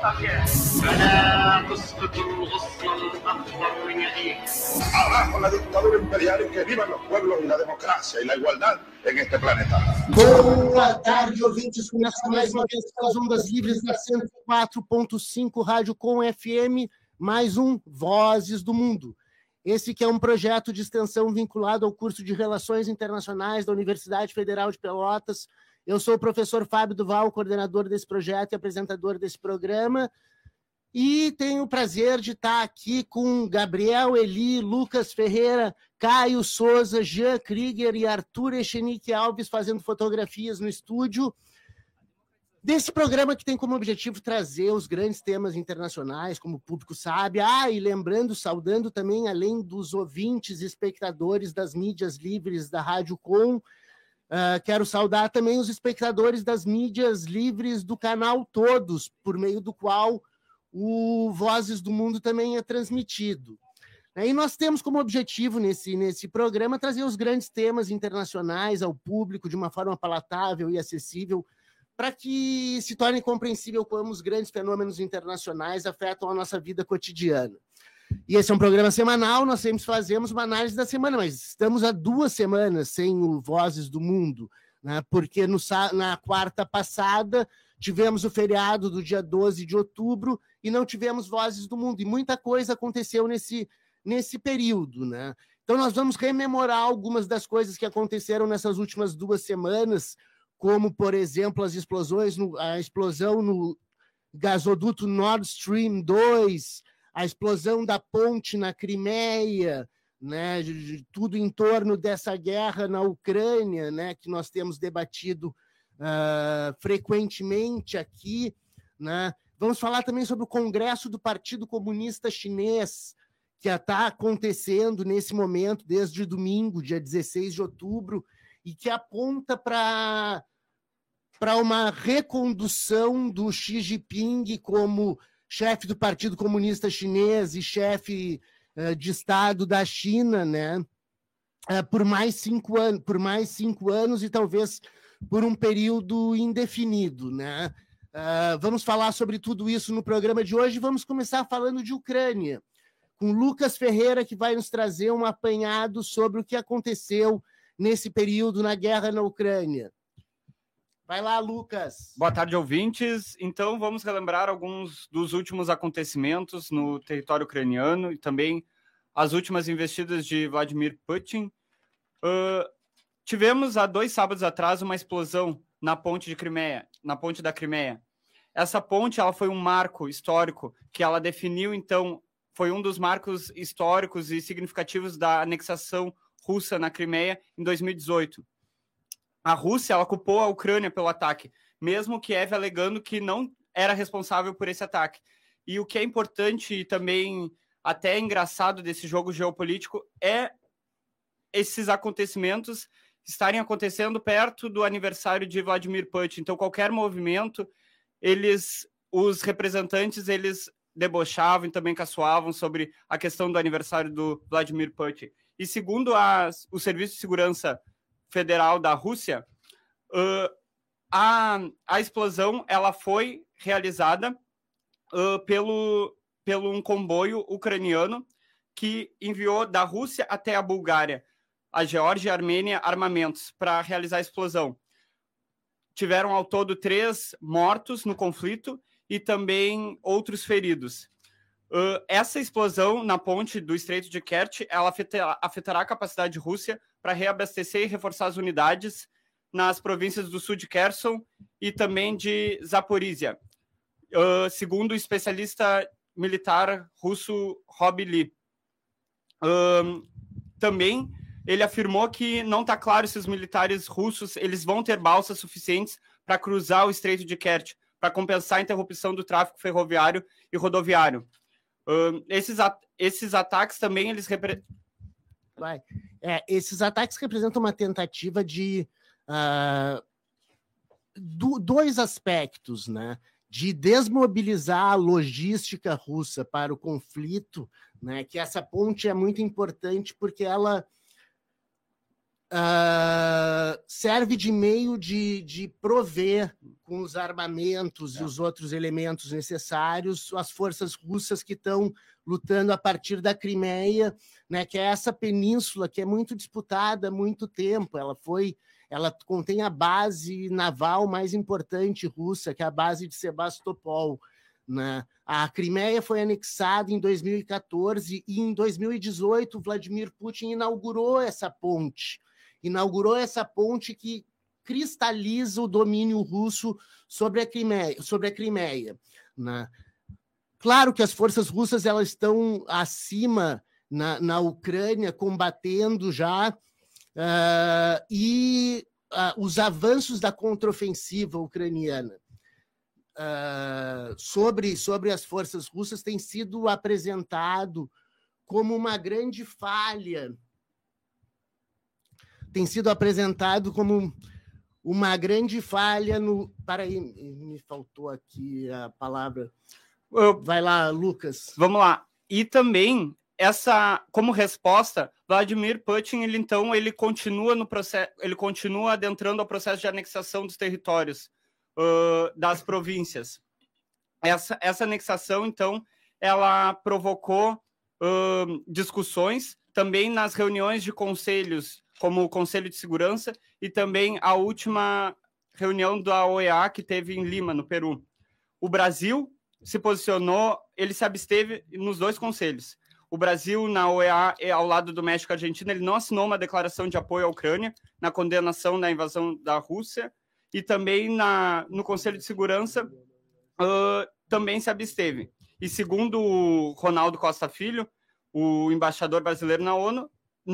Abajo la dictadura imperial y que vivan los pueblos y la democracia y la igualdad en este planeta. Boa tarde, ouvintes. Começa mais uma vez as Ondas Livres na 104.5 Rádio Com FM, mais um Vozes do Mundo. Esse que é um projeto de extensão vinculado ao curso de Relações Internacionais da Universidade Federal de Pelotas. Eu sou o professor Fábio Duval, coordenador desse projeto e apresentador desse programa. E tenho o prazer de estar aqui com Gabriel Eli, Lucas Ferreira, Caio Souza, Jean Krieger e Arthur Echenique Alves fazendo fotografias no estúdio. Desse programa que tem como objetivo trazer os grandes temas internacionais, como o público sabe. E lembrando, saudando também, além dos ouvintes e espectadores das mídias livres da Rádio Com, quero saudar também os espectadores das mídias livres do canal Todos, por meio do qual o Vozes do Mundo também é transmitido. E nós temos como objetivo nesse programa trazer os grandes temas internacionais ao público de uma forma palatável e acessível, para que se torne compreensível como os grandes fenômenos internacionais afetam a nossa vida cotidiana. E esse é um programa semanal, nós sempre fazemos uma análise da semana, mas estamos há 2 semanas sem o Vozes do Mundo, né? Porque na quarta passada tivemos o feriado do dia 12 de outubro e não tivemos Vozes do Mundo, e muita coisa aconteceu nesse período, né? Então nós vamos rememorar algumas das coisas que aconteceram nessas últimas 2 semanas, como, por exemplo, a explosão no gasoduto Nord Stream 2, a explosão da ponte na Crimeia, né, tudo em torno dessa guerra na Ucrânia, né, que nós temos debatido frequentemente aqui, né? Vamos falar também sobre o Congresso do Partido Comunista Chinês, que está acontecendo nesse momento, desde domingo, dia 16 de outubro, e que aponta para uma recondução do Xi Jinping como chefe do Partido Comunista Chinês e chefe de Estado da China, né? Por mais 5 anos e talvez por um período indefinido, né? Vamos falar sobre tudo isso no programa de hoje. Vamos começar falando de Ucrânia, com Lucas Ferreira, que vai nos trazer um apanhado sobre o que aconteceu nesse período na guerra na Ucrânia. Vai lá, Lucas. Boa tarde, ouvintes. Então, vamos relembrar alguns dos últimos acontecimentos no território ucraniano e também as últimas investidas de Vladimir Putin. Tivemos, há 2 sábados atrás, uma explosão na ponte da Crimeia. Essa ponte, ela foi um marco histórico que ela definiu, então, foi um dos marcos históricos e significativos da anexação russa na Crimeia em 2018. A Rússia, ela culpou a Ucrânia pelo ataque, mesmo Kiev alegando que não era responsável por esse ataque. E o que é importante e também até engraçado desse jogo geopolítico é esses acontecimentos estarem acontecendo perto do aniversário de Vladimir Putin. Então, qualquer movimento, os representantes, eles debochavam e também caçoavam sobre a questão do aniversário do Vladimir Putin. E segundo o Serviço de Segurança Federal da Rússia, a explosão ela foi realizada pelo um comboio ucraniano que enviou da Rússia até a Bulgária, a Geórgia e a Armênia armamentos para realizar a explosão. Tiveram ao todo 3 mortos no conflito e também outros feridos. Essa explosão na ponte do Estreito de Kerch, ela afetará a capacidade russa para reabastecer e reforçar as unidades nas províncias do sul de Kherson e também de Zaporizhia, segundo o especialista militar russo Rob Lee. Também ele afirmou que não está claro se os militares russos eles vão ter balsas suficientes para cruzar o Estreito de Kerch, para compensar a interrupção do tráfego ferroviário e rodoviário. Esses ataques também esses ataques representam uma tentativa de 2 aspectos, né? De desmobilizar a logística russa para o conflito, né? Que essa ponte é muito importante porque ela serve de meio de prover com os armamentos e os outros elementos necessários, as forças russas que estão lutando a partir da Crimeia, né, que é essa península que é muito disputada há muito tempo. Ela contém a base naval mais importante russa, que é a base de Sebastopol, né? A Crimeia foi anexada em 2014 e em 2018 Vladimir Putin inaugurou essa ponte que cristaliza o domínio russo sobre a Crimeia, né? Claro que as forças russas elas estão acima na Ucrânia, combatendo já, os avanços da contraofensiva ucraniana sobre as forças russas tem sido apresentado como uma grande falha. Tem sido apresentado como uma grande falha no... Peraí, me faltou aqui a palavra. Vai lá, Lucas. Vamos lá. E também, como resposta, Vladimir Putin, ele continua no processo, ele continua adentrando o processo de anexação dos territórios das províncias. Essa anexação, então, ela provocou discussões também nas reuniões de conselhos, como o Conselho de Segurança, e também a última reunião da OEA que teve em Lima, no Peru. O Brasil se posicionou, ele se absteve nos dois conselhos. O Brasil, na OEA, ao lado do México e Argentina, ele não assinou uma declaração de apoio à Ucrânia na condenação da invasão da Rússia, e também no Conselho de Segurança também se absteve. E segundo o Ronaldo Costa Filho, o embaixador brasileiro na ONU,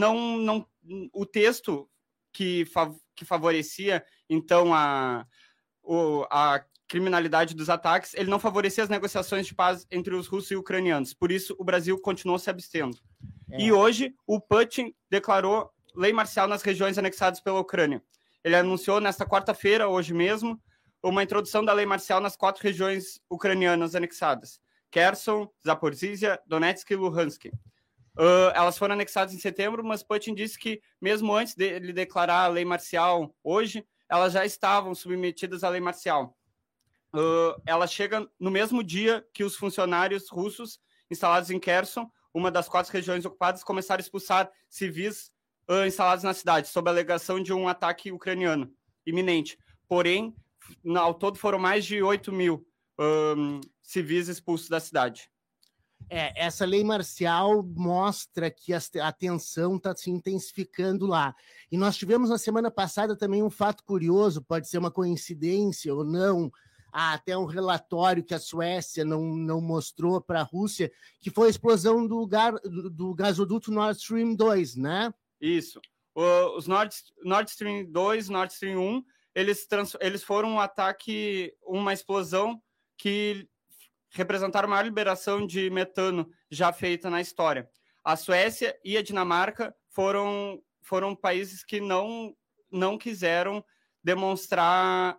o texto que favorecia, então, a criminalidade dos ataques, ele não favorecia as negociações de paz entre os russos e ucranianos. Por isso, o Brasil continuou se abstendo. E hoje, o Putin declarou lei marcial nas regiões anexadas pela Ucrânia. Ele anunciou nesta quarta-feira, hoje mesmo, uma introdução da lei marcial nas 4 regiões ucranianas anexadas: Kherson, Zaporizhia, Donetsk e Luhansk. Elas foram anexadas em setembro, mas Putin disse que, mesmo antes dele declarar a lei marcial hoje, elas já estavam submetidas à lei marcial. Ela chega no mesmo dia que os funcionários russos instalados em Kherson, uma das 4 regiões ocupadas, começaram a expulsar civis instalados na cidade, sob a alegação de um ataque ucraniano iminente. Porém, ao todo foram mais de 8.000 civis expulsos da cidade. Essa lei marcial mostra que a tensão está se intensificando lá. E nós tivemos na semana passada também um fato curioso, pode ser uma coincidência ou não, há até um relatório que a Suécia não mostrou para a Rússia, que foi a explosão do gasoduto Nord Stream 2, né? Isso. Os Nord Stream 2, Nord Stream 1, eles foram um ataque, uma explosão que representaram a maior liberação de metano já feita na história. A Suécia e a Dinamarca foram países que não quiseram demonstrar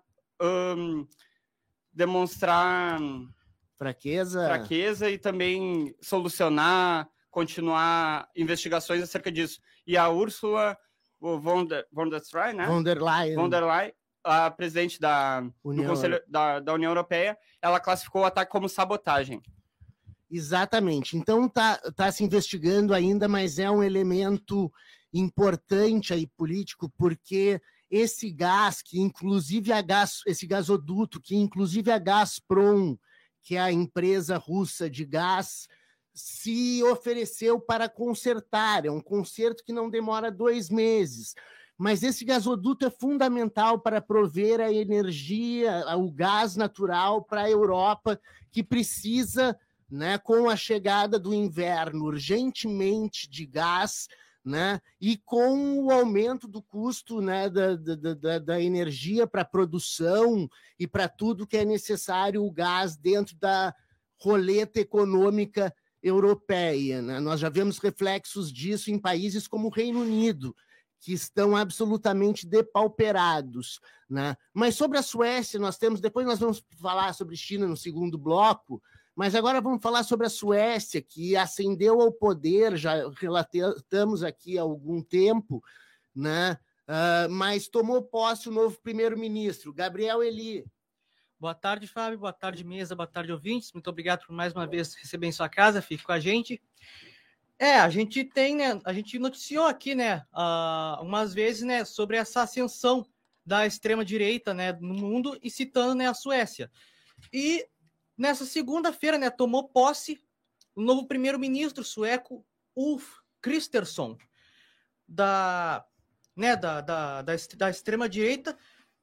fraqueza e também continuar investigações acerca disso. E a Ursula von der Leyen, né? Von der Leyen, a presidente do Conselho da União Europeia, ela classificou o ataque como sabotagem. Exatamente. Então tá se investigando ainda, mas é um elemento importante aí político, porque esse gás, esse gasoduto, que inclusive a Gazprom, que é a empresa russa de gás, se ofereceu para consertar. É um conserto que não demora 2 meses. Mas esse gasoduto é fundamental para prover a energia, o gás natural para a Europa, que precisa, né, com a chegada do inverno, urgentemente de gás, né, e com o aumento do custo, né, da energia para a produção e para tudo que é necessário o gás dentro da roleta econômica europeia, né? Nós já vemos reflexos disso em países como o Reino Unido, que estão absolutamente depauperados, né? Mas sobre a Suécia, depois nós vamos falar sobre China no segundo bloco, mas agora vamos falar sobre a Suécia, que ascendeu ao poder, já relatamos aqui há algum tempo, né? Mas tomou posse o novo primeiro-ministro, Gabriel Eli. Boa tarde, Fábio. Boa tarde, mesa. Boa tarde, ouvintes. Muito obrigado por mais uma vez receber em sua casa. Fique com a gente. A gente tem, né? A gente noticiou aqui, né? Umas vezes, né? Sobre essa ascensão da extrema-direita, né? No mundo e citando, né? A Suécia. E nessa segunda-feira, né? Tomou posse o novo primeiro-ministro sueco, Ulf Kristersson, da extrema-direita,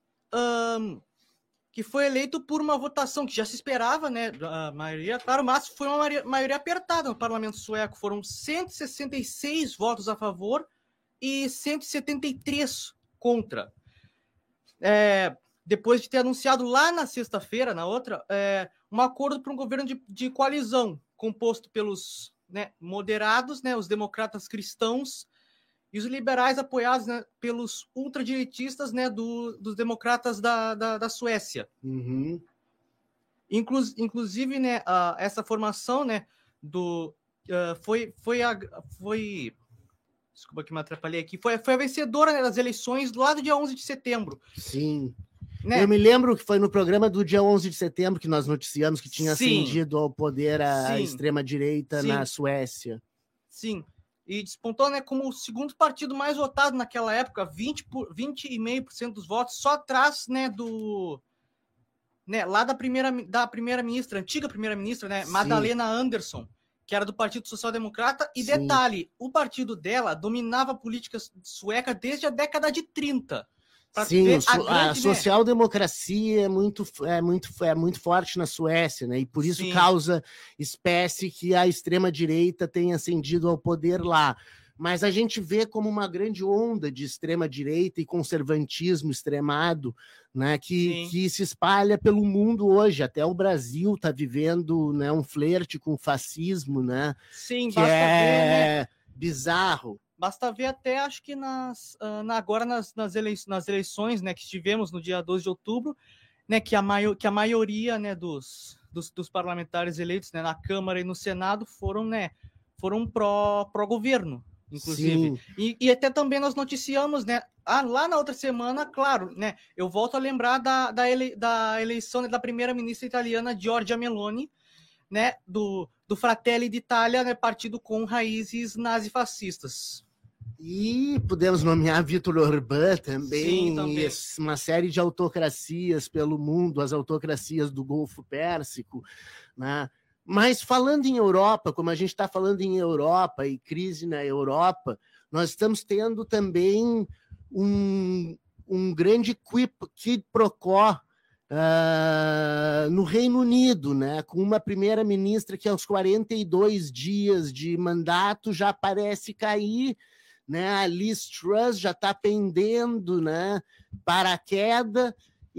que foi eleito por uma votação que já se esperava, né? A maioria, claro, mas foi uma maioria apertada no parlamento sueco. Foram 166 votos a favor e 173 contra. Depois de ter anunciado lá na sexta-feira, um acordo para um governo de coalizão, composto pelos, né, moderados, né, os democratas cristãos, e os liberais apoiados, né, pelos ultradireitistas, né, dos democratas da Suécia. Uhum. Inclusive, né, essa formação, né, desculpa que me atrapalhei aqui. Foi a vencedora, né, das eleições lá do dia 11 de setembro. Sim. Né? Eu me lembro que foi no programa do dia 11 de setembro que nós noticiamos que tinha ascendido ao poder a extrema-direita na Suécia. Sim. E despontou, né, como o segundo partido mais votado naquela época, 20,5% dos votos, só atrás, né, lá da primeira-ministra, antiga primeira-ministra, né, Magdalena Andersson, que era do Partido Social Democrata. E detalhe, o partido dela dominava a política sueca desde a década de 30. Sim, a social-democracia é muito forte na Suécia, né? E por isso causa espécie que a extrema-direita tenha ascendido ao poder lá. Mas a gente vê como uma grande onda de extrema-direita e conservantismo extremado, né? Que se espalha pelo mundo hoje. Até o Brasil está vivendo, né, um flerte com o fascismo, né? Sim, que é bizarro. Basta ver até, acho que agora nas eleições, né, que tivemos no dia 12 de outubro, né, que a maioria, né, dos parlamentares eleitos, né, na Câmara e no Senado foram pró-governo, inclusive. E até também nós noticiamos, né, lá na outra semana, claro, né, eu volto a lembrar da eleição, né, da primeira-ministra italiana Giorgia Meloni, né, do Fratelli d'Italia, né, partido com raízes nazifascistas. E podemos nomear Viktor Orbán também, também. Uma série de autocracias pelo mundo, as autocracias do Golfo Pérsico, né? Mas falando em Europa, como a gente está falando em Europa e crise na Europa, nós estamos tendo também um grande quid pro quo no Reino Unido, né? Com uma primeira-ministra que aos 42 dias de mandato já parece cair, né? A Liz Truss já está pendendo, né, para a queda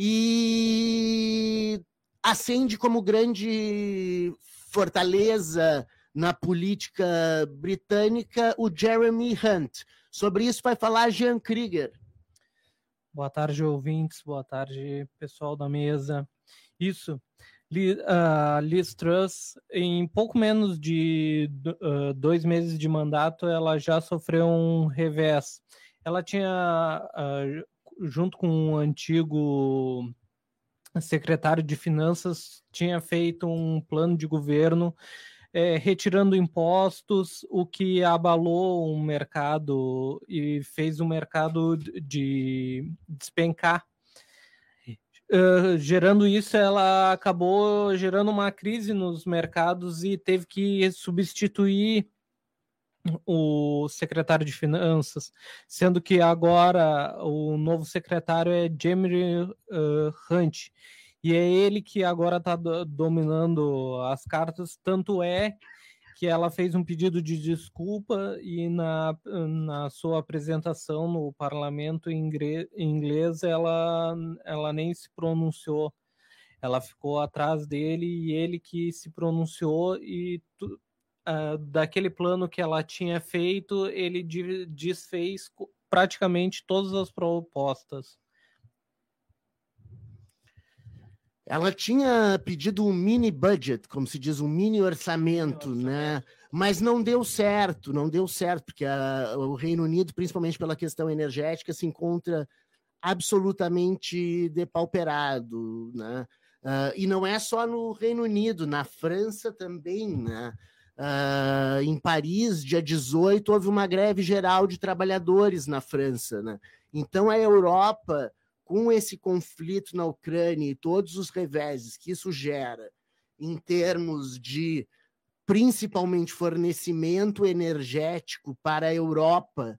e ascende como grande fortaleza na política britânica o Jeremy Hunt. Sobre isso vai falar Jean Krieger. Boa tarde, ouvintes. Boa tarde, pessoal da mesa. Isso. Liz Truss, em pouco menos de 2 meses de mandato, ela já sofreu um revés. Ela tinha, junto com o antigo secretário de Finanças, tinha feito um plano de governo retirando impostos, o que abalou o mercado e fez o mercado de despencar. Gerando isso, ela acabou gerando uma crise nos mercados e teve que substituir o secretário de Finanças, sendo que agora o novo secretário é Jeremy Hunt, e é ele que agora está dominando as cartas, tanto é que ela fez um pedido de desculpa e na sua apresentação no parlamento em inglês ela nem se pronunciou. Ela ficou atrás dele e ele que se pronunciou e daquele plano que ela tinha feito, ele desfez praticamente todas as propostas. Ela tinha pedido um mini budget, como se diz, um mini orçamento, né? Mas não deu certo, porque o Reino Unido, principalmente pela questão energética, se encontra absolutamente depauperado, né? E não é só no Reino Unido, na França também, né? Em Paris, dia 18, houve uma greve geral de trabalhadores na França, né? Então, a Europa, com esse conflito na Ucrânia e todos os reveses que isso gera em termos de, principalmente, fornecimento energético para a Europa,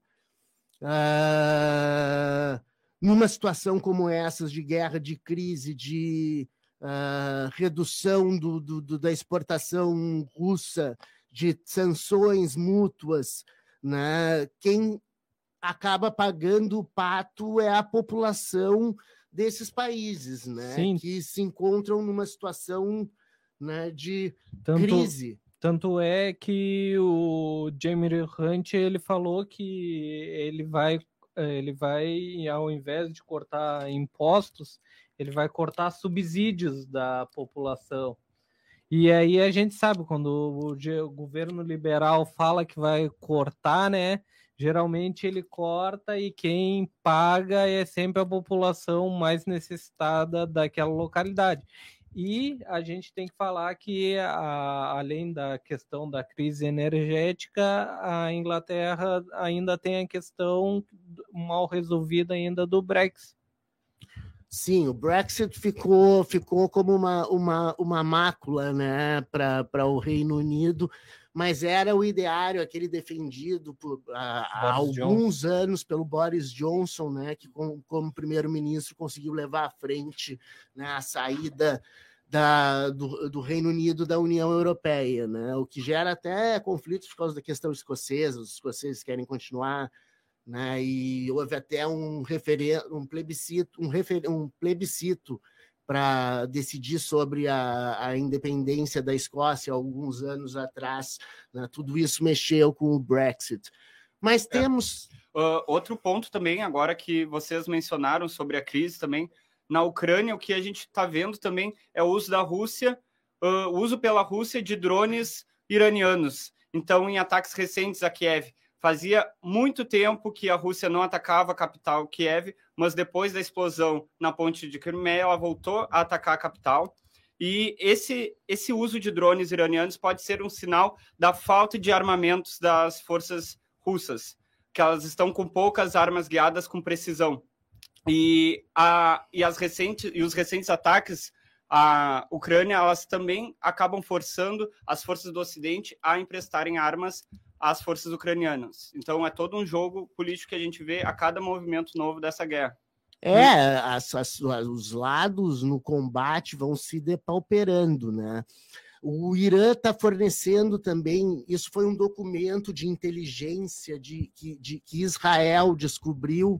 numa situação como essa, de guerra, de crise, de redução da exportação russa, de sanções mútuas, né? Quem acaba pagando o pato é a população desses países, né? Que se encontram numa situação, né, de crise. Tanto é que o Jeremy Hunt, ele falou que ele vai, ao invés de cortar impostos, ele vai cortar subsídios da população. E aí a gente sabe, quando o governo liberal fala que vai cortar, né? Geralmente ele corta e quem paga é sempre a população mais necessitada daquela localidade. E a gente tem que falar que, além da questão da crise energética, a Inglaterra ainda tem a questão mal resolvida ainda do Brexit. Sim, o Brexit ficou como uma mácula, né, para o Reino Unido, mas era o ideário, aquele defendido há alguns anos pelo Boris Johnson, né, que como primeiro-ministro conseguiu levar à frente, né, a saída do Reino Unido da União Europeia, né, o que gera até conflitos por causa da questão escocesa. Os escoceses querem continuar, né, e houve até um plebiscito para decidir sobre a independência da Escócia alguns anos atrás, né? Tudo isso mexeu com o Brexit. Mas temos... outro ponto também, agora que vocês mencionaram sobre a crise também, na Ucrânia, o que a gente está vendo também é o uso da Rússia, o uso pela Rússia de drones iranianos. Então, em ataques recentes a Kiev, fazia muito tempo que a Rússia não atacava a capital, Kiev, mas depois da explosão na ponte de Crimeia, ela voltou a atacar a capital. E esse uso de drones iranianos pode ser um sinal da falta de armamentos das forças russas, que elas estão com poucas armas guiadas com precisão. E os recentes ataques à Ucrânia, elas também acabam forçando as forças do Ocidente a emprestarem armas às forças ucranianas. Então, é todo um jogo político que a gente vê a cada movimento novo dessa guerra. Os lados no combate vão se depauperando, né? O Irã está fornecendo também, isso foi um documento de inteligência que Israel descobriu,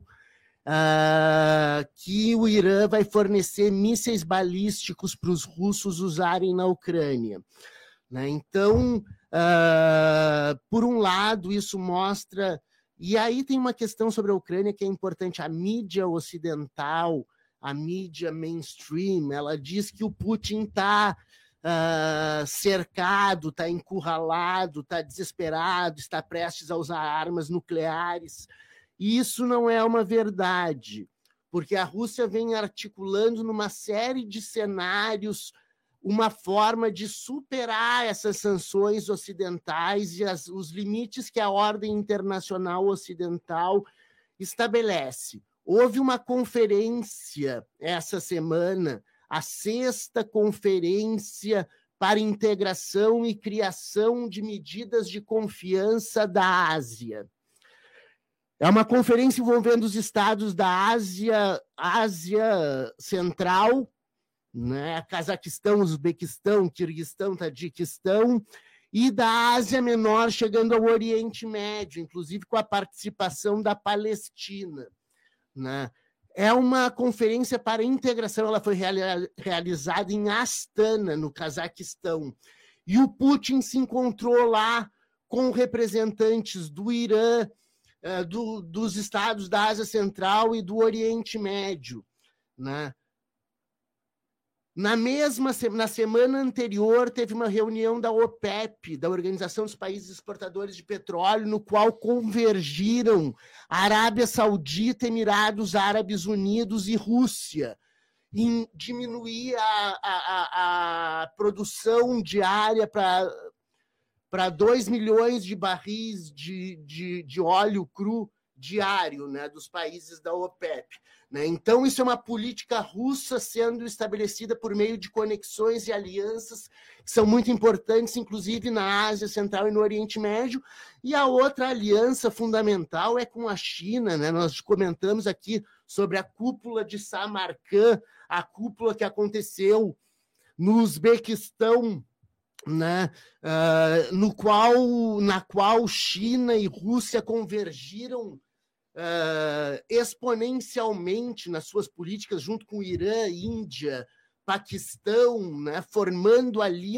que o Irã vai fornecer mísseis balísticos para os russos usarem na Ucrânia, né? Então, por um lado, isso mostra... E aí tem uma questão sobre a Ucrânia que é importante. A mídia ocidental, a mídia mainstream, ela diz que o Putin está cercado, está encurralado, está desesperado, está prestes a usar armas nucleares. E isso não é uma verdade, porque a Rússia vem articulando numa série de cenários uma forma de superar essas sanções ocidentais e os limites que a ordem internacional ocidental estabelece. Houve uma conferência essa semana, a 6ª Conferência para Integração e Criação de Medidas de Confiança da Ásia. É uma conferência envolvendo os estados da Ásia Central, né? Cazaquistão, Uzbequistão, Quirguistão, Tadiquistão, e da Ásia Menor, chegando ao Oriente Médio, inclusive com a participação da Palestina, né? É uma conferência para integração, ela foi realizada em Astana, no Cazaquistão, e o Putin se encontrou lá com representantes do Irã, dos estados da Ásia Central e do Oriente Médio, né? Na semana anterior, teve uma reunião da OPEP, da Organização dos Países Exportadores de Petróleo, no qual convergiram Arábia Saudita, Emirados Árabes Unidos e Rússia. em diminuir a produção diária para 2 milhões de barris de óleo cru diário, né, dos países da OPEP. Né? Então, isso é uma política russa sendo estabelecida por meio de conexões e alianças que são muito importantes, inclusive na Ásia Central e no Oriente Médio. E a outra aliança fundamental é com a China. Né? Nós comentamos aqui sobre a cúpula de Samarcã, a cúpula que aconteceu no Uzbequistão, né? Na qual China e Rússia convergiram exponencialmente nas suas políticas, junto com Irã, Índia, Paquistão, né? Formando ali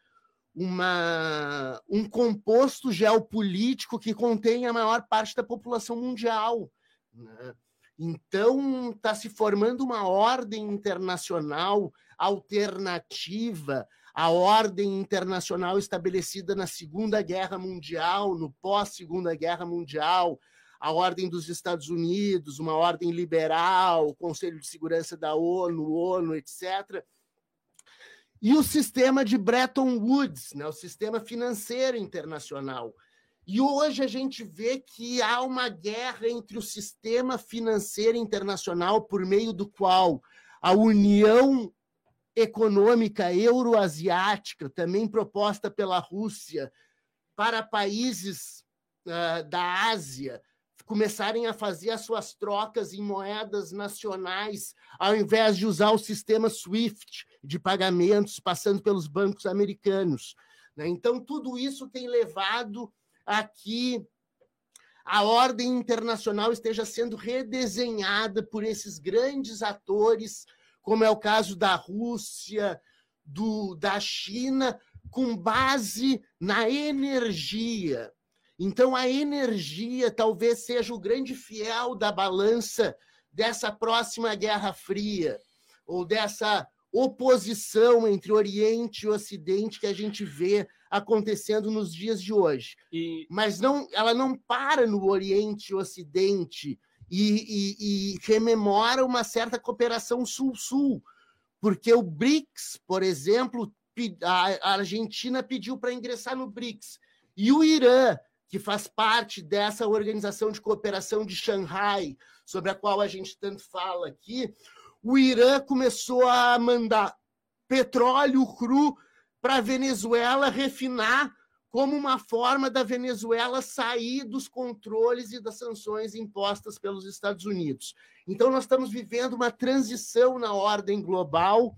um composto geopolítico que contém a maior parte da população mundial. Né? Então, está se formando uma ordem internacional alternativa à ordem internacional estabelecida na Segunda Guerra Mundial, no pós-Segunda Guerra Mundial, a ordem dos Estados Unidos, uma ordem liberal, o Conselho de Segurança da ONU, etc. E o sistema de Bretton Woods, né, o sistema financeiro internacional. E hoje a gente vê que há uma guerra entre o sistema financeiro internacional, por meio do qual a União Econômica Euroasiática, também proposta pela Rússia, para países da Ásia começarem a fazer as suas trocas em moedas nacionais, ao invés de usar o sistema SWIFT de pagamentos, passando pelos bancos americanos. Né? Então, tudo isso tem levado a que a ordem internacional esteja sendo redesenhada por esses grandes atores, como é o caso da Rússia, da China, com base na energia. Então, a energia talvez seja o grande fiel da balança dessa próxima Guerra Fria, ou dessa oposição entre Oriente e Ocidente que a gente vê acontecendo nos dias de hoje. Mas ela não para no Oriente e Ocidente e rememora uma certa cooperação sul-sul, porque o BRICS, por exemplo, a Argentina pediu para ingressar no BRICS, e o Irã, que faz parte dessa organização de cooperação de Xangai, sobre a qual a gente tanto fala aqui, o Irã começou a mandar petróleo cru para a Venezuela refinar, como uma forma da Venezuela sair dos controles e das sanções impostas pelos Estados Unidos. Então, nós estamos vivendo uma transição na ordem global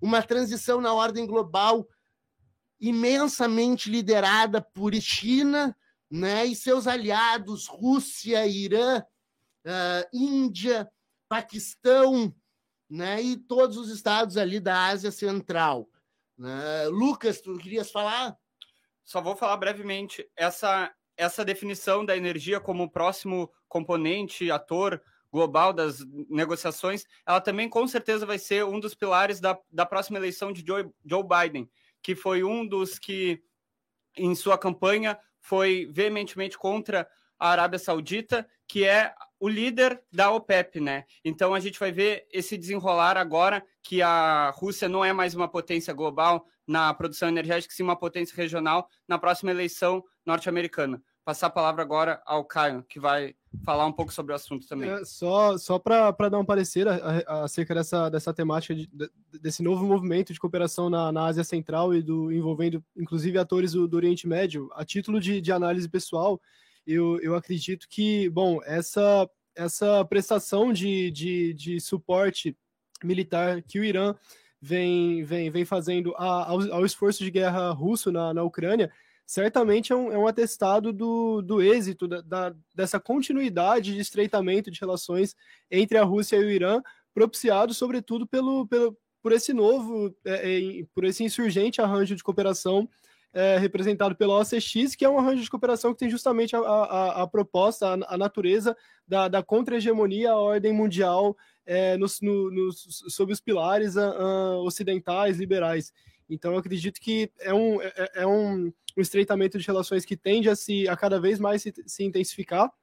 imensamente liderada por China, né, e seus aliados, Rússia, Irã, Índia, Paquistão, né, e todos os estados ali da Ásia Central. Lucas, tu querias falar? Só vou falar brevemente. Essa definição da energia como próximo componente, ator global das negociações, ela também com certeza vai ser um dos pilares da próxima eleição de Joe Biden, que foi um dos que, em sua campanha, foi veementemente contra a Arábia Saudita, que é o líder da OPEP, né? Então a gente vai ver esse desenrolar agora, que a Rússia não é mais uma potência global na produção energética, sim uma potência regional na próxima eleição norte-americana. Passar a palavra agora ao Caio, que vai falar um pouco sobre o assunto também. Só para dar um parecer acerca dessa temática, desse novo movimento de cooperação na Ásia Central e envolvendo inclusive atores do Oriente Médio, a título de análise pessoal, eu acredito que, bom, essa prestação de suporte militar que o Irã vem fazendo ao esforço de guerra russo na Ucrânia, certamente é um atestado do êxito dessa continuidade de estreitamento de relações entre a Rússia e o Irã, propiciado sobretudo por esse novo, por esse insurgente arranjo de cooperação representado pela OCX, que é um arranjo de cooperação que tem justamente a proposta, a natureza da contra-hegemonia à ordem mundial sob os pilares ocidentais, liberais. Então, eu acredito que é um estreitamento de relações que tende a cada vez mais se intensificar,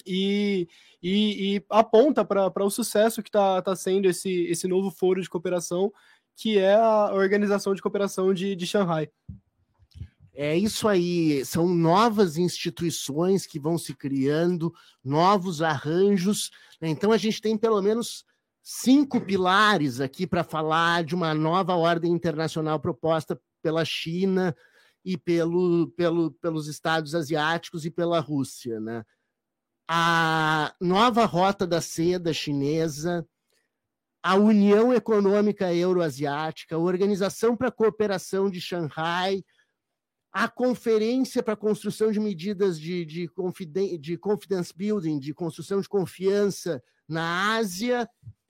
e aponta para o sucesso que está sendo esse novo foro de cooperação, que é a Organização de Cooperação de Xangai. É isso aí, são novas instituições que vão se criando, novos arranjos, né? Então a gente tem pelo menos 5 pilares aqui para falar de uma nova ordem internacional proposta pela China e pelos estados asiáticos e pela Rússia, né? A nova Rota da Seda chinesa, a União Econômica Euroasiática, a Organização para a Cooperação de Xangai, a Conferência para a Construção de Medidas de Confidence Building, de construção de confiança na Ásia,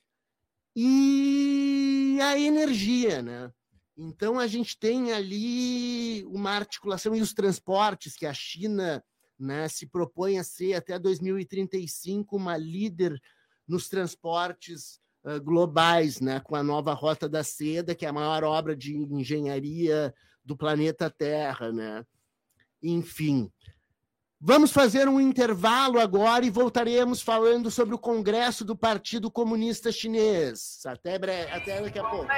e a energia, né? Então, a gente tem ali uma articulação, e os transportes, que a China, né, se propõe a ser, até 2035, uma líder nos transportes globais, né, com a nova Rota da Seda, que é a maior obra de engenharia do planeta Terra, né? Enfim, vamos fazer um intervalo agora e voltaremos falando sobre o Congresso do Partido Comunista Chinês. Até daqui a pouco.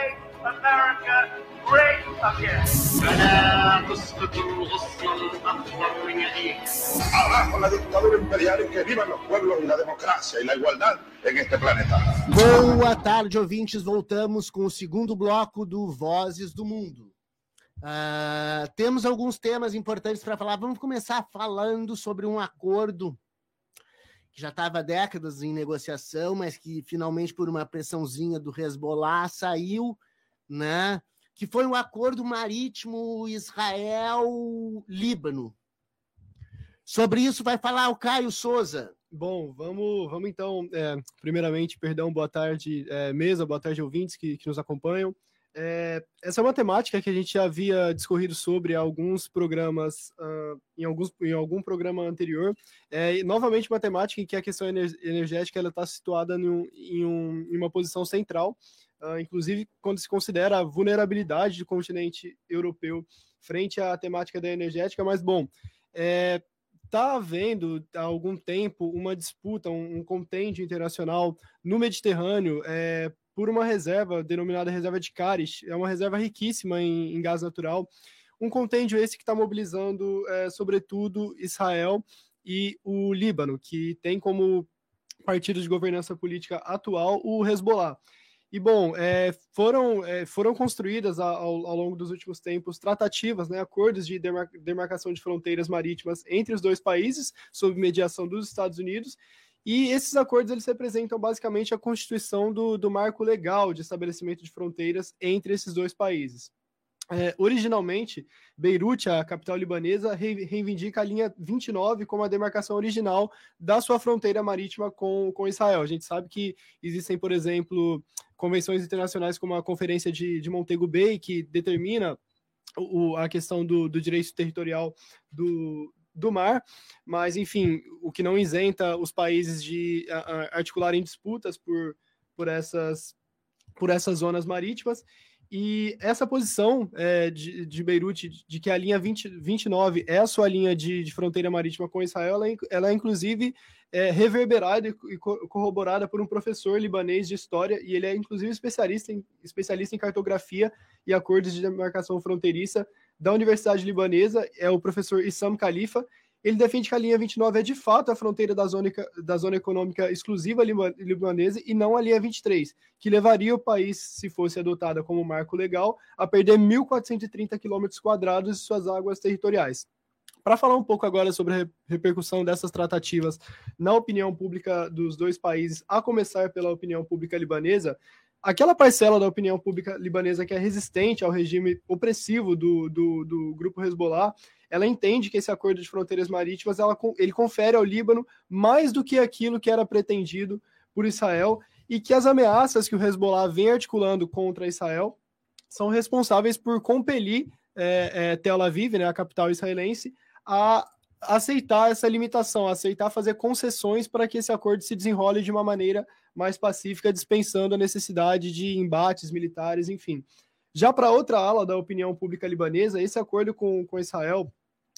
Abajo la dictadura imperial y que vivan los pueblos y la democracia y la igualdad en este planeta. Boa tarde, ouvintes. Voltamos com o segundo bloco do Vozes do Mundo. Temos alguns temas importantes para falar. Vamos começar falando sobre um acordo que já estava há décadas em negociação, mas que finalmente, por uma pressãozinha do Hezbollah, saiu, né? Que foi um acordo marítimo Israel-Líbano. Sobre isso vai falar o Caio Souza. Bom, vamos então, primeiramente, boa tarde, mesa, boa tarde, ouvintes que nos acompanham. Essa é uma temática que a gente já havia discorrido sobre alguns programas, em algum programa anterior. E novamente uma temática em que a questão energética está situada em uma posição central, inclusive quando se considera a vulnerabilidade do continente europeu frente à temática da energética. Mas, bom, está havendo há algum tempo uma disputa, um contêndio internacional no Mediterrâneo, por uma reserva denominada Reserva de Karish. É uma reserva riquíssima em gás natural. Um contêndio esse que está mobilizando, sobretudo, Israel e o Líbano, que tem como partido de governança política atual o Hezbollah. E, bom, foram construídas ao longo dos últimos tempos tratativas, né, acordos de demarcação de fronteiras marítimas entre os dois países, sob mediação dos Estados Unidos. E esses acordos eles representam basicamente a constituição do marco legal de estabelecimento de fronteiras entre esses dois países. Originalmente, Beirute, a capital libanesa, reivindica a linha 29 como a demarcação original da sua fronteira marítima com Israel. A gente sabe que existem, por exemplo, convenções internacionais como a Conferência de Montego Bay, que determina a questão do direito territorial do mar, mas, enfim, o que não isenta os países de articularem disputas por essas zonas marítimas. E essa posição de Beirute, de que a linha 29 é a sua linha de fronteira marítima com Israel, ela é inclusive reverberada e corroborada por um professor libanês de história, e ele é inclusive especialista em cartografia e acordos de demarcação fronteiriça da Universidade Libanesa, é o professor Issam Khalifa. Ele defende que a linha 29 é de fato a fronteira da zona econômica exclusiva libanesa e não a linha 23, que levaria o país, se fosse adotada como marco legal, a perder 1.430 km² de suas águas territoriais. Para falar um pouco agora sobre a repercussão dessas tratativas na opinião pública dos dois países, a começar pela opinião pública libanesa, aquela parcela da opinião pública libanesa que é resistente ao regime opressivo do grupo Hezbollah, ela entende que esse acordo de fronteiras marítimas ele confere ao Líbano mais do que aquilo que era pretendido por Israel, e que as ameaças que o Hezbollah vem articulando contra Israel são responsáveis por compelir Tel Aviv, né, a capital israelense, a aceitar essa limitação, a aceitar fazer concessões para que esse acordo se desenrole de uma maneira mais pacífica, dispensando a necessidade de embates militares, enfim. Já para outra ala da opinião pública libanesa, esse acordo com Israel,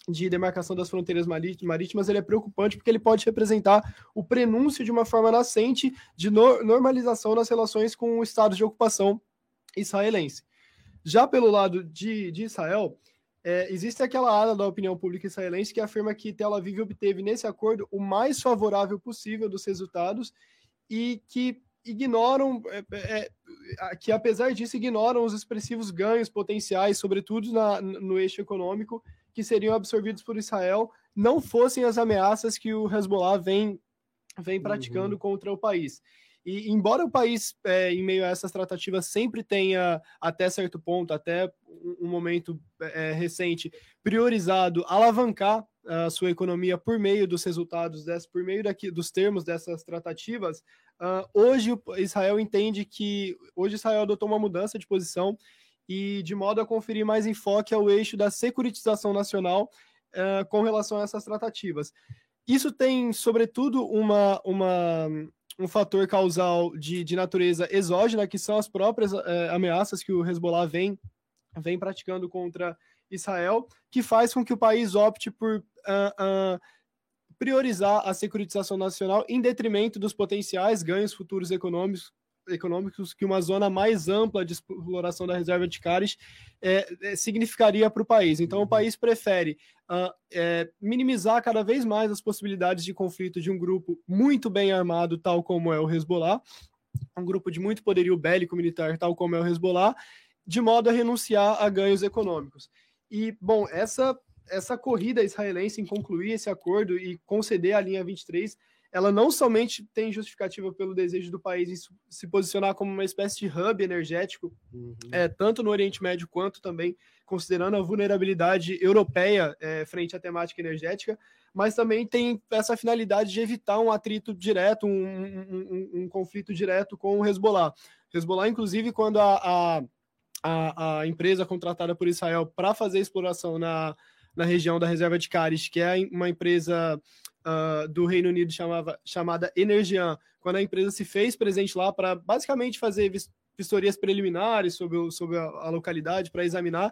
de demarcação das fronteiras marítimas, ele é preocupante porque ele pode representar o prenúncio de uma forma nascente de normalização nas relações com o estado de ocupação israelense. Já pelo lado de Israel, existe aquela ala da opinião pública israelense que afirma que Tel Aviv obteve nesse acordo o mais favorável possível dos resultados e que ignoram, que apesar disso ignoram os expressivos ganhos potenciais, sobretudo no eixo econômico, que seriam absorvidos por Israel, não fossem as ameaças que o Hezbollah vem praticando contra o país. E embora o país, em meio a essas tratativas, sempre tenha, até certo ponto, até um momento recente, priorizado alavancar a sua economia por meio dos resultados, por meio dos termos dessas tratativas, hoje Israel entende que hoje Israel adotou uma mudança de posição e de modo a conferir mais enfoque ao eixo da securitização nacional com relação a essas tratativas. Isso tem, sobretudo, um fator causal de natureza exógena, que são as próprias ameaças que o Hezbollah vem praticando contra Israel, que faz com que o país opte por priorizar a securitização nacional em detrimento dos potenciais ganhos futuros econômicos que uma zona mais ampla de exploração da reserva de Karish significaria para o país. Então, o país prefere minimizar cada vez mais as possibilidades de conflito de um grupo muito bem armado, tal como é o Hezbollah, um grupo de muito poderio bélico-militar, tal como é o Hezbollah, de modo a renunciar a ganhos econômicos. E, bom, essa corrida israelense em concluir esse acordo e conceder a linha 23, ela não somente tem justificativa pelo desejo do país em se posicionar como uma espécie de hub energético, tanto no Oriente Médio quanto também considerando a vulnerabilidade europeia frente à temática energética, mas também tem essa finalidade de evitar um atrito direto, um conflito direto com o Hezbollah. Hezbollah, inclusive, quando a empresa contratada por Israel para fazer exploração na região da reserva de Karish, que é uma empresa do Reino Unido chamada Energean, quando a empresa se fez presente lá para basicamente fazer vistorias preliminares sobre a localidade, para examinar,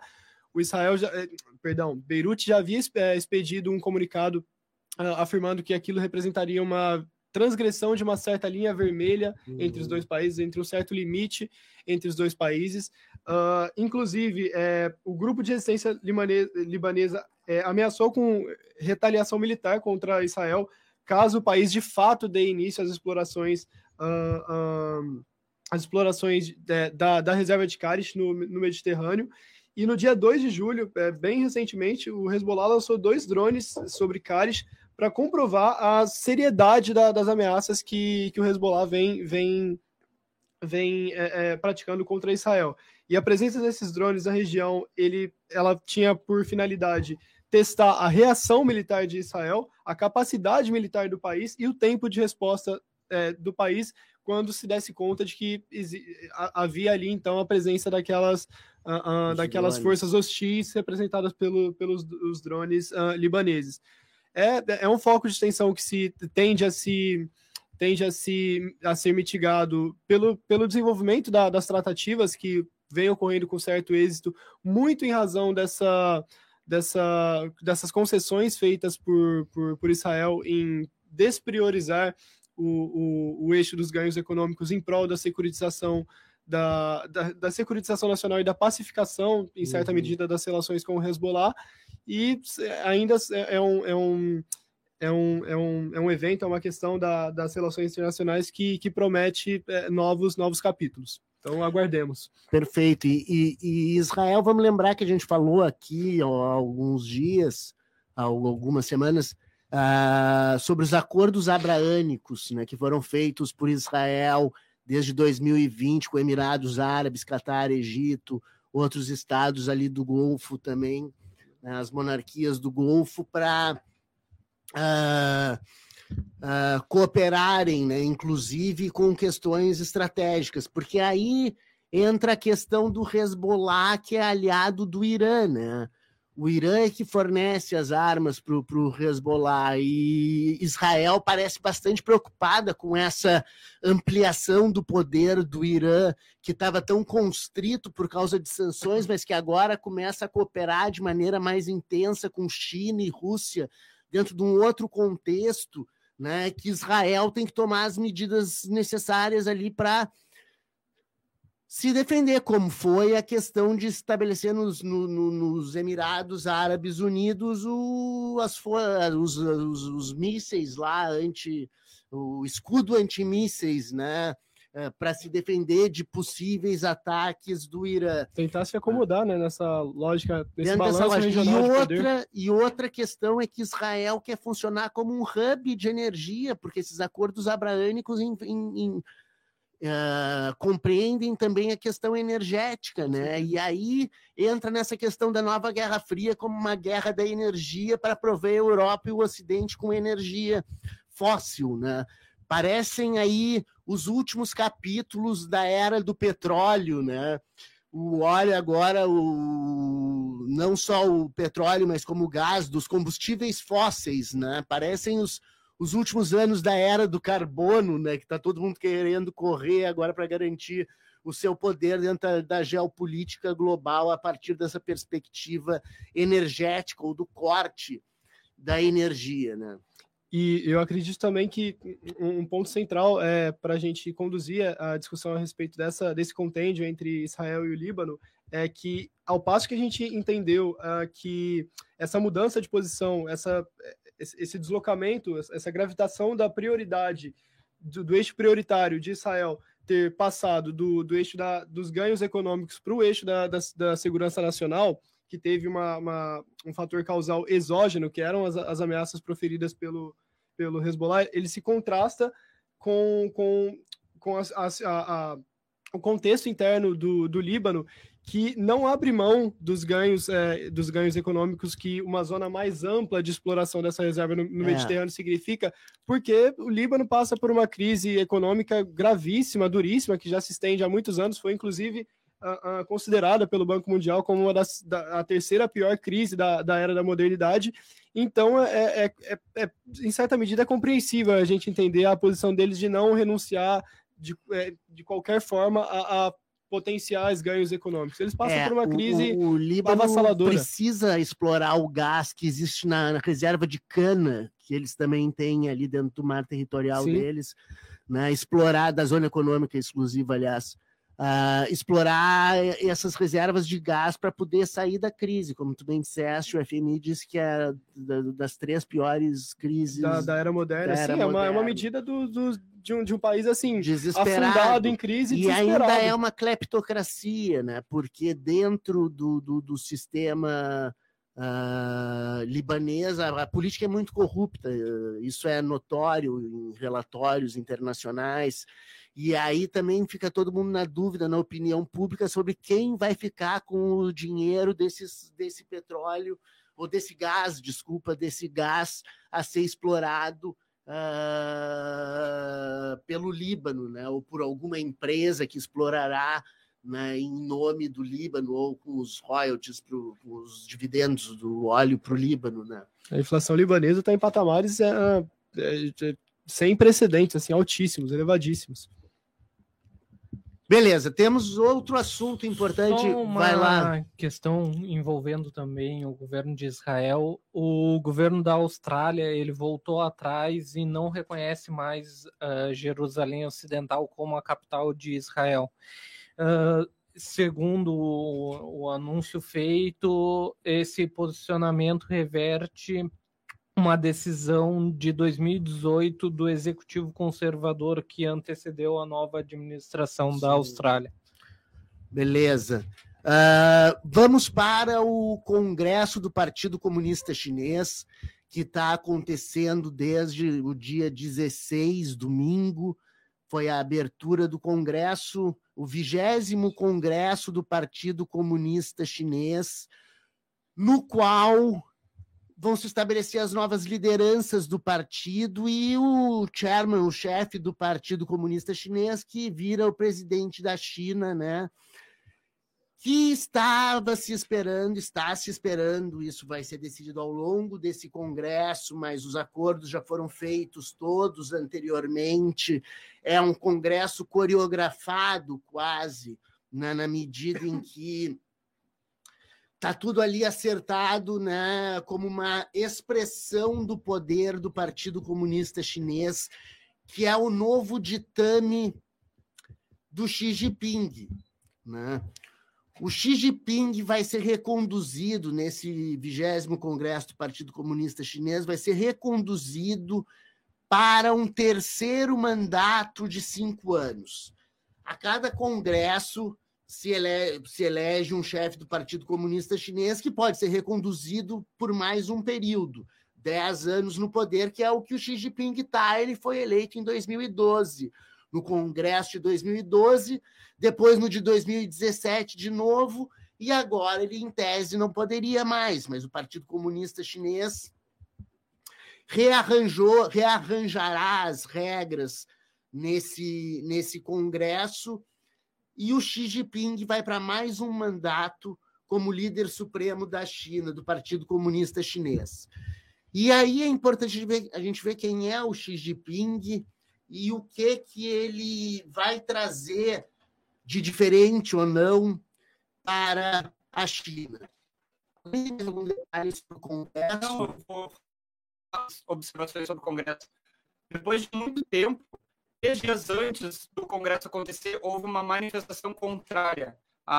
Beirute já havia expedido um comunicado afirmando que aquilo representaria uma transgressão de uma certa linha vermelha entre os dois países, entre um certo limite entre os dois países. Inclusive, o grupo de resistência libanesa ameaçou com retaliação militar contra Israel caso o país de fato dê início às explorações da reserva de Karish no Mediterrâneo. E no dia 2 de julho, bem recentemente, o Hezbollah lançou 2 drones sobre Karish para comprovar a seriedade das ameaças que o Hezbollah vem praticando contra Israel. E a presença desses drones na região, ela tinha por finalidade testar a reação militar de Israel, a capacidade militar do país e o tempo de resposta do país quando se desse conta de que havia ali, então, a presença daquelas forças hostis representadas pelos drones libaneses. É um foco de tensão que tende a ser mitigado pelo desenvolvimento das tratativas que vem ocorrendo com certo êxito, muito em razão dessas concessões feitas por Israel em despriorizar o eixo dos ganhos econômicos em prol da securitização da securitização nacional e da pacificação, em certa medida, das relações com o Hezbollah, e ainda é um evento, é uma questão das relações internacionais que promete novos capítulos. Então, aguardemos. Perfeito. E Israel, vamos lembrar que a gente falou aqui há alguns dias, há algumas semanas, sobre os acordos abraânicos, né, que foram feitos por Israel desde 2020 com Emirados Árabes, Catar, Egito, outros estados ali do Golfo também, né, as monarquias do Golfo, para cooperarem, né, inclusive com questões estratégicas, porque aí entra a questão do Hezbollah, que é aliado do Irã, né? O Irã é que fornece as armas para o Hezbollah, e Israel parece bastante preocupada com essa ampliação do poder do Irã, que estava tão constrito por causa de sanções, mas que agora começa a cooperar de maneira mais intensa com China e Rússia, dentro de um outro contexto, né, que Israel tem que tomar as medidas necessárias ali para se defender, como foi a questão de estabelecer nos Emirados Árabes Unidos os mísseis lá, o escudo antimísseis, né, para se defender de possíveis ataques do Irã. Tentar se acomodar, né, nessa lógica, nesse balanço regional de poder. E outra questão é que Israel quer funcionar como um hub de energia, porque esses acordos abraânicos compreendem também a questão energética, né? E aí entra nessa questão da nova Guerra Fria como uma guerra da energia para prover a Europa e o Ocidente com energia fóssil, né? Parecem aí os últimos capítulos da era do petróleo, né? Olha agora não só o petróleo, mas como o gás dos combustíveis fósseis, né? Parecem os últimos anos da era do carbono, né, que está todo mundo querendo correr agora para garantir o seu poder dentro da geopolítica global a partir dessa perspectiva energética ou do corte da energia, né? E eu acredito também que um ponto central para a gente conduzir a discussão a respeito desse contêndio entre Israel e o Líbano é que, ao passo que a gente entendeu que essa mudança de posição, esse deslocamento, essa gravitação da prioridade do eixo prioritário de Israel ter passado do eixo dos ganhos econômicos para o eixo da segurança nacional, que teve um fator causal exógeno, que eram as ameaças proferidas pelo Hezbollah, ele se contrasta com o contexto interno do Líbano, que não abre mão dos ganhos econômicos que uma zona mais ampla de exploração dessa reserva no Mediterrâneo significa, porque o Líbano passa por uma crise econômica gravíssima, duríssima, que já se estende há muitos anos, foi inclusive considerada pelo Banco Mundial como a terceira pior crise da era da modernidade. Então, em certa medida, é compreensível a gente entender a posição deles de não renunciar de qualquer forma a potenciais ganhos econômicos. Eles passam por uma crise o Líbano avassaladora. Precisa explorar o gás que existe na reserva de cana, que eles também têm ali dentro do mar territorial deles, né? Explorar da zona econômica exclusiva, aliás, explorar essas reservas de gás para poder sair da crise. Como tu bem disseste, o FMI disse que é das 3 piores crises da era moderna. Sim, é uma medida de um país assim, desesperado, afundado em crise, e ainda é uma cleptocracia, né? Porque dentro do sistema libanês a política é muito corrupta, isso é notório em relatórios internacionais, e aí também fica todo mundo na dúvida, na opinião pública, sobre quem vai ficar com o dinheiro desse petróleo, ou desse gás a ser explorado pelo Líbano, né, ou por alguma empresa que explorará, né, em nome do Líbano, ou com os royalties, com os dividendos do óleo para o Líbano, né? A inflação libanesa está em patamares sem precedentes, assim, altíssimos, elevadíssimos. Beleza, temos outro assunto importante. Vai lá. Uma questão envolvendo também o governo de Israel. O governo da Austrália, ele voltou atrás e não reconhece mais Jerusalém Ocidental como a capital de Israel. Segundo o anúncio feito, esse posicionamento reverte uma decisão de 2018 do executivo conservador que antecedeu a nova administração da Austrália. Beleza. Vamos para o Congresso do Partido Comunista Chinês, que está acontecendo desde o dia 16, domingo. Foi a abertura do Congresso, o 20º Congresso do Partido Comunista Chinês, no qual vão se estabelecer as novas lideranças do partido e o chairman, o chefe do Partido Comunista Chinês, que vira o presidente da China, né? que está se esperando, isso vai ser decidido ao longo desse congresso, mas os acordos já foram feitos todos anteriormente, é um congresso coreografado quase, né, na medida em que está tudo ali acertado, né, como uma expressão do poder do Partido Comunista Chinês, que é o novo ditame do Xi Jinping, né? O Xi Jinping vai ser reconduzido nesse 20º Congresso do Partido Comunista Chinês, vai ser reconduzido para um terceiro mandato de 5 anos. A cada congresso se elege um chefe do Partido Comunista Chinês que pode ser reconduzido por mais um período, 10 anos no poder, que é o que o Xi Jinping está. Ele foi eleito em 2012, no Congresso de 2012, depois no de 2017 de novo, e agora ele, em tese, não poderia mais, mas o Partido Comunista Chinês rearranjará as regras nesse Congresso, e o Xi Jinping vai para mais um mandato como líder supremo da China, do Partido Comunista Chinês. E aí é importante a gente ver quem é o Xi Jinping e o que ele vai trazer de diferente ou não para a China. Tem algum detalhe sobre o Congresso? Não, eu vou fazer observações sobre o Congresso. Depois de muito tempo, 3 dias antes do Congresso acontecer, houve uma manifestação contrária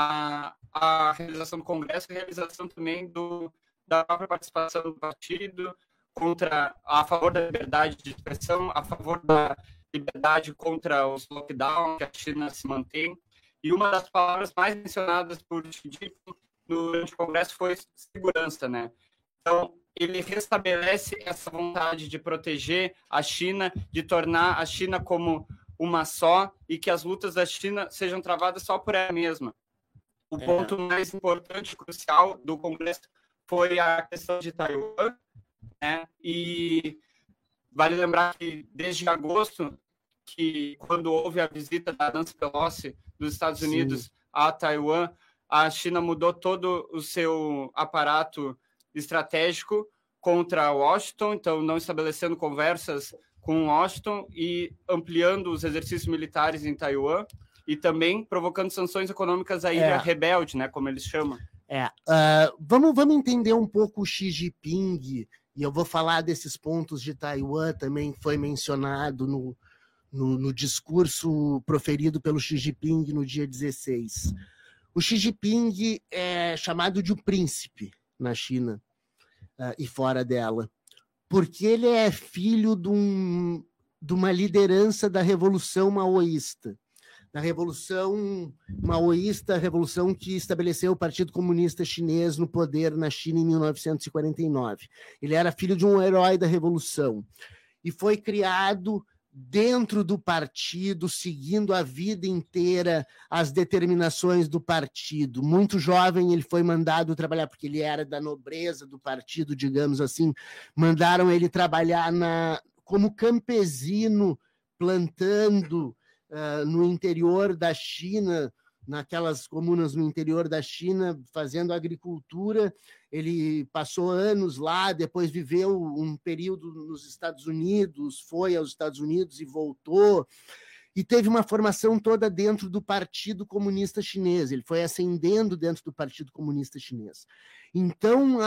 à realização do Congresso e realização também da própria participação do partido, a favor da liberdade de expressão, a favor da liberdade contra os lockdowns que a China se mantém. E uma das palavras mais mencionadas por Xi Jinping durante o Congresso foi segurança, né? Então, ele restabelece essa vontade de proteger a China, de tornar a China como uma só e que as lutas da China sejam travadas só por ela mesma. O ponto mais importante e crucial do Congresso foi a questão de Taiwan, né? E vale lembrar que desde agosto, que quando houve a visita da Nancy Pelosi dos Estados Unidos a Taiwan, a China mudou todo o seu aparato estratégico contra Washington, então não estabelecendo conversas com Washington e ampliando os exercícios militares em Taiwan e também provocando sanções econômicas à ilha rebelde, né, como eles chamam. Vamos entender um pouco o Xi Jinping, e eu vou falar desses pontos de Taiwan também, que foi mencionado no discurso proferido pelo Xi Jinping no dia 16. O Xi Jinping é chamado de o príncipe na China e fora dela, porque ele é filho de uma liderança da Revolução Maoísta. Da Revolução Maoísta, a revolução que estabeleceu o Partido Comunista Chinês no poder na China em 1949. Ele era filho de um herói da Revolução e foi criado dentro do partido, seguindo a vida inteira as determinações do partido. Muito jovem, ele foi mandado trabalhar, porque ele era da nobreza do partido, digamos assim, mandaram ele trabalhar como campesino, plantando no interior da China, naquelas comunas no interior da China, fazendo agricultura. Ele passou anos lá, depois viveu um período nos Estados Unidos, foi aos Estados Unidos e voltou, e teve uma formação toda dentro do Partido Comunista Chinês. Ele foi ascendendo dentro do Partido Comunista Chinês. Então,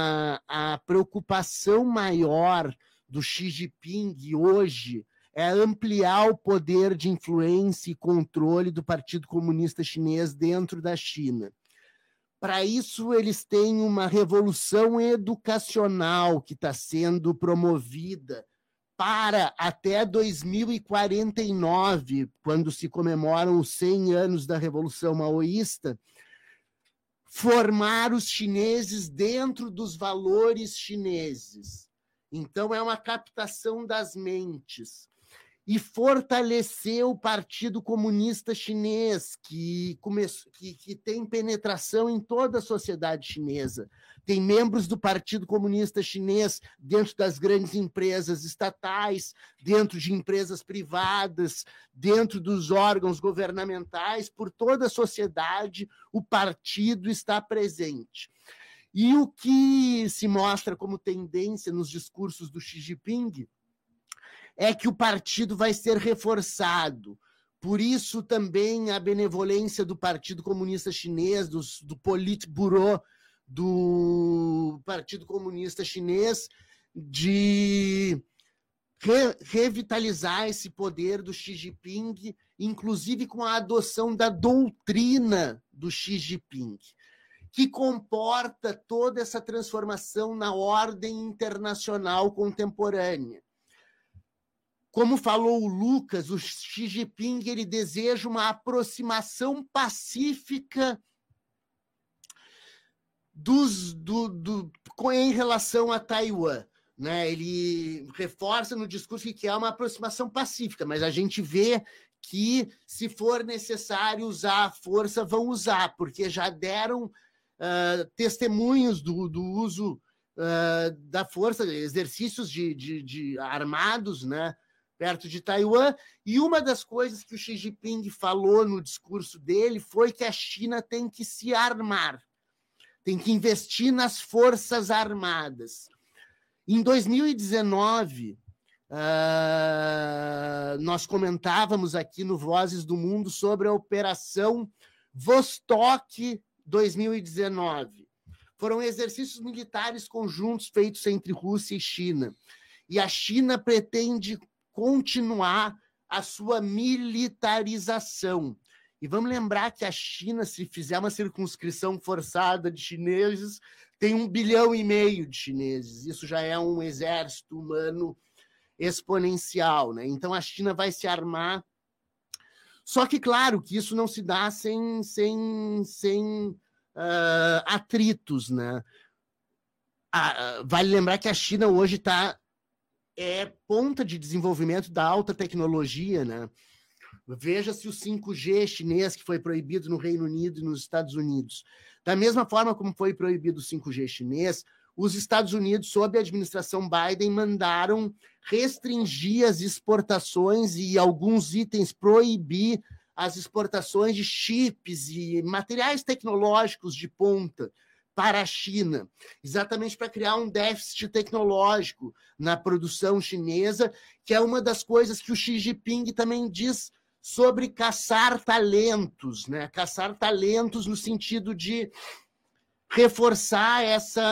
a preocupação maior do Xi Jinping hoje é ampliar o poder de influência e controle do Partido Comunista Chinês dentro da China. Para isso, eles têm uma revolução educacional que está sendo promovida para até 2049, quando se comemoram os 100 anos da Revolução Maoísta, formar os chineses dentro dos valores chineses. Então, é uma captação das mentes. e fortalecer o Partido Comunista Chinês, que tem penetração em toda a sociedade chinesa. Tem membros do Partido Comunista Chinês dentro das grandes empresas estatais, dentro de empresas privadas, dentro dos órgãos governamentais, por toda a sociedade, o partido está presente. E o que se mostra como tendência nos discursos do Xi Jinping é que o partido vai ser reforçado. Por isso também a benevolência do Partido Comunista Chinês, do Politburo do Partido Comunista Chinês, de revitalizar esse poder do Xi Jinping, inclusive com a adoção da doutrina do Xi Jinping, que comporta toda essa transformação na ordem internacional contemporânea. Como falou o Lucas, o Xi Jinping ele deseja uma aproximação pacífica em relação a Taiwan. Né? Ele reforça no discurso que é uma aproximação pacífica, mas a gente vê que, se for necessário usar a força, vão usar, porque já deram testemunhos do uso da força, exercícios de armados, né, perto de Taiwan, e uma das coisas que o Xi Jinping falou no discurso dele foi que a China tem que se armar, tem que investir nas forças armadas. Em 2019, nós comentávamos aqui no Vozes do Mundo sobre a Operação Vostok 2019. Foram exercícios militares conjuntos feitos entre Rússia e China. E a China pretende continuar a sua militarização. E vamos lembrar que a China, se fizer uma circunscrição forçada de chineses, tem 1,5 bilhão de chineses. Isso já é um exército humano exponencial, né? Então a China vai se armar. Só que, claro, que isso não se dá sem atritos, né? Vale lembrar que a China hoje é ponta de desenvolvimento da alta tecnologia, né? Veja-se o 5G chinês, que foi proibido no Reino Unido e nos Estados Unidos. Da mesma forma como foi proibido o 5G chinês, os Estados Unidos, sob a administração Biden, mandaram restringir as exportações e alguns itens proibir as exportações de chips e materiais tecnológicos de ponta para a China, exatamente para criar um déficit tecnológico na produção chinesa, que é uma das coisas que o Xi Jinping também diz sobre caçar talentos, né? Caçar talentos no sentido de reforçar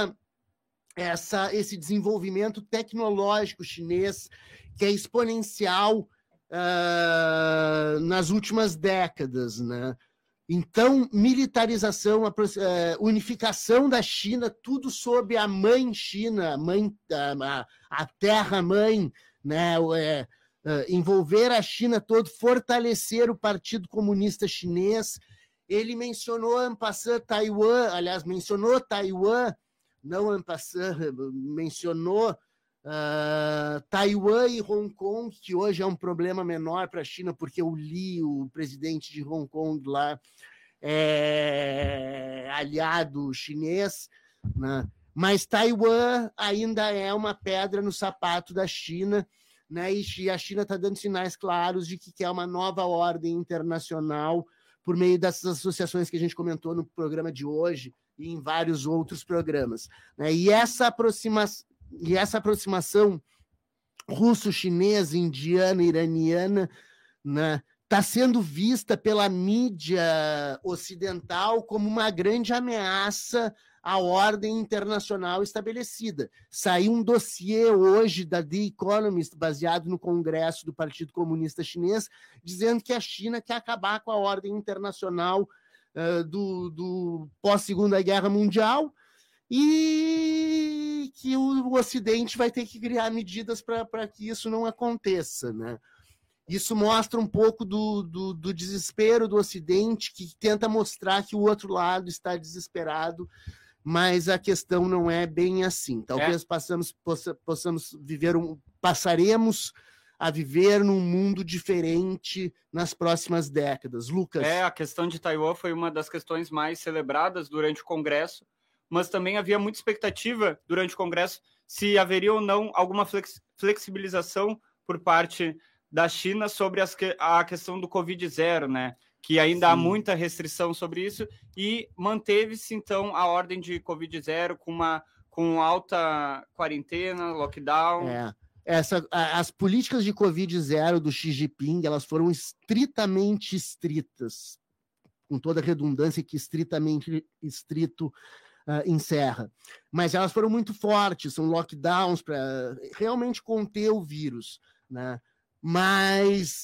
esse desenvolvimento tecnológico chinês, que é exponencial nas últimas décadas, né? Então, militarização, unificação da China, tudo sob a mãe China, a terra-mãe, né? Envolver a China todo, fortalecer o Partido Comunista Chinês. Ele mencionou en passant Taiwan, aliás, mencionou Taiwan, não en passant, mencionou Taiwan e Hong Kong, que hoje é um problema menor para a China, porque o Li, o presidente de Hong Kong lá, é aliado chinês, né? Mas Taiwan ainda é uma pedra no sapato da China, né? E a China está dando sinais claros de que quer uma nova ordem internacional por meio dessas associações que a gente comentou no programa de hoje e em vários outros programas, né? E essa aproximação russo-chinesa, indiana, iraniana, né, está sendo vista pela mídia ocidental como uma grande ameaça à ordem internacional estabelecida. Saiu um dossiê hoje da The Economist, baseado no Congresso do Partido Comunista Chinês, dizendo que a China quer acabar com a ordem internacional do pós-Segunda Guerra Mundial, e que o Ocidente vai ter que criar medidas para que isso não aconteça, né? Isso mostra um pouco do desespero do Ocidente, que tenta mostrar que o outro lado está desesperado, mas a questão não é bem assim. Talvez passaremos a viver num mundo diferente nas próximas décadas. Lucas? A questão de Taiwan foi uma das questões mais celebradas durante o Congresso, mas também havia muita expectativa durante o Congresso se haveria ou não alguma flexibilização por parte da China sobre a questão do Covid-0, né? Que ainda há muita restrição sobre isso, e manteve-se, então, a ordem de Covid-0 com alta quarentena, lockdown. As políticas de Covid-0 do Xi Jinping, elas foram estritamente estritas, com toda a redundância que estritamente estrito encerra. Mas elas foram muito fortes, são lockdowns para realmente conter o vírus, né? Mas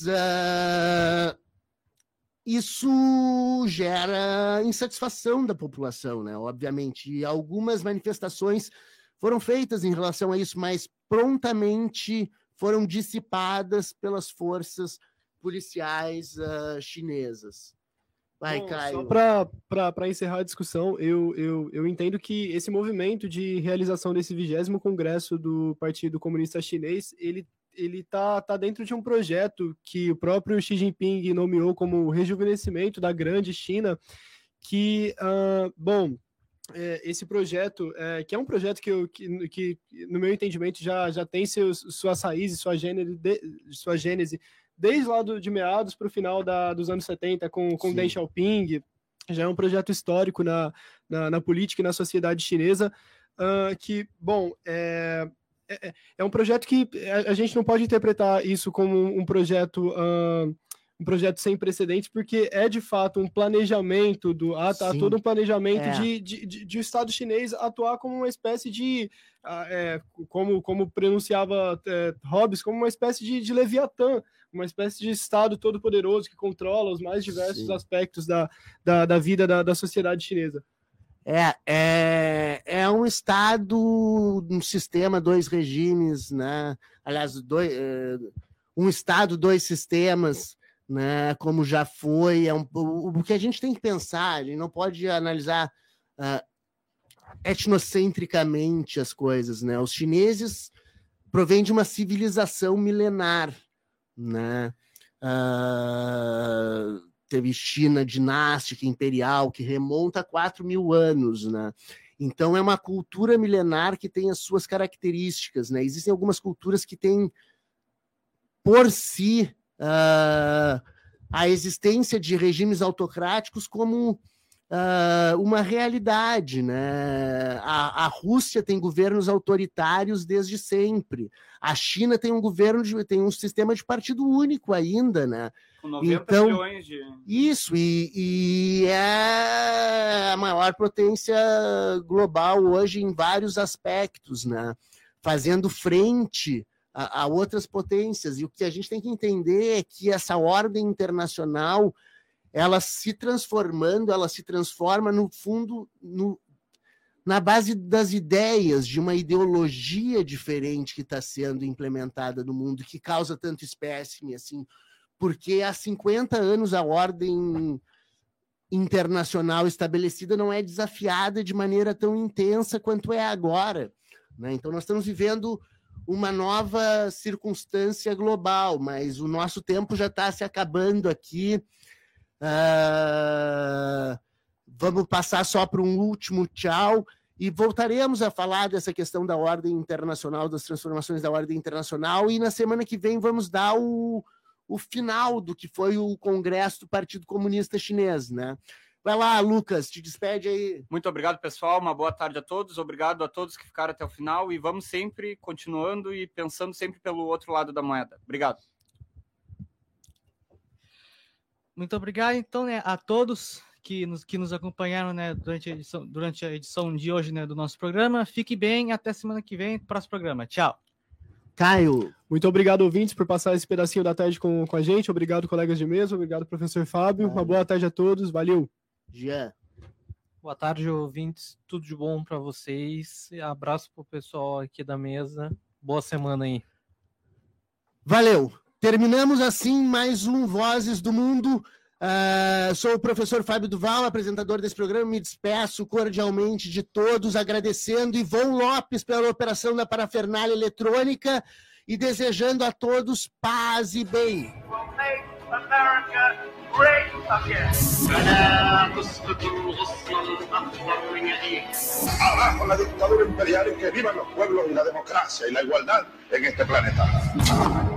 isso gera insatisfação da população, né? Obviamente, e algumas manifestações foram feitas em relação a isso, mas prontamente foram dissipadas pelas forças policiais chinesas. Vai, Bom, Caio. Só para encerrar a discussão, eu entendo que esse movimento de realização desse 20º Congresso do Partido Comunista Chinês, ele tá dentro de um projeto que o próprio Xi Jinping nomeou como rejuvenescimento da grande China, que, esse projeto, que é um projeto que no meu entendimento, já tem suas raízes, sua gênese, desde lá de meados para o final dos anos 70, com Deng Xiaoping. Já é um projeto histórico na política e na sociedade chinesa, é um projeto que a gente não pode interpretar isso como um projeto sem precedentes, porque é de fato um planejamento todo um planejamento de o Estado chinês atuar como uma espécie de como pronunciava Hobbes, como uma espécie de Leviatã, uma espécie de Estado todo-poderoso que controla os mais diversos aspectos da vida da sociedade chinesa. É um Estado, um sistema, dois regimes, né? Aliás, um Estado, dois sistemas, né? Como já foi. O que a gente tem que pensar, a gente não pode analisar etnocentricamente as coisas, né? Os chineses provêm de uma civilização milenar, né? Teve China dinástica, imperial, que remonta a 4.000 anos, né? Então, é uma cultura milenar que tem as suas características, né? Existem algumas culturas que têm, por si, a existência de regimes autocráticos como uma realidade, né? A Rússia tem governos autoritários desde sempre. A China tem tem um sistema de partido único ainda, né? Com 90 milhões de... Isso, e é a maior potência global hoje em vários aspectos, né? Fazendo frente a outras potências. E o que a gente tem que entender é que essa ordem internacional, ela se transforma, no fundo, na base das ideias de uma ideologia diferente que está sendo implementada no mundo, que causa tanto espécime, assim, porque há 50 anos a ordem internacional estabelecida não é desafiada de maneira tão intensa quanto é agora, né? Então nós estamos vivendo uma nova circunstância global, mas o nosso tempo já está se acabando aqui. Vamos passar só para um último tchau e voltaremos a falar dessa questão da ordem internacional, das transformações da ordem internacional, e na semana que vem vamos dar o final do que foi o Congresso do Partido Comunista Chinês, né? Vai lá, Lucas, te despede aí. Muito obrigado, pessoal. Uma boa tarde a todos. Obrigado a todos que ficaram até o final, e vamos sempre continuando e pensando sempre pelo outro lado da moeda. Obrigado. Muito obrigado, então, né, a todos que nos acompanharam, né, durante a edição de hoje, né, do nosso programa. Fique bem, até semana que vem, próximo programa. Tchau. Caio. Muito obrigado, ouvintes, por passar esse pedacinho da tarde com a gente. Obrigado, colegas de mesa. Obrigado, professor Fábio. Uma boa tarde a todos. Valeu. Jean. Boa tarde, ouvintes. Tudo de bom para vocês. Abraço pro pessoal aqui da mesa. Boa semana aí. Valeu. Terminamos assim mais um Vozes do Mundo. Sou o professor Fábio Duval, apresentador desse programa. Me despeço cordialmente de todos, agradecendo Ivon Lopes pela operação da parafernália eletrônica e desejando a todos paz e bem. America great again. فلا تسقطوا الغصن الأخضر من يديك. Abajo la dictadura imperial y que vivan los pueblos y la democracia y la igualdad en este planeta.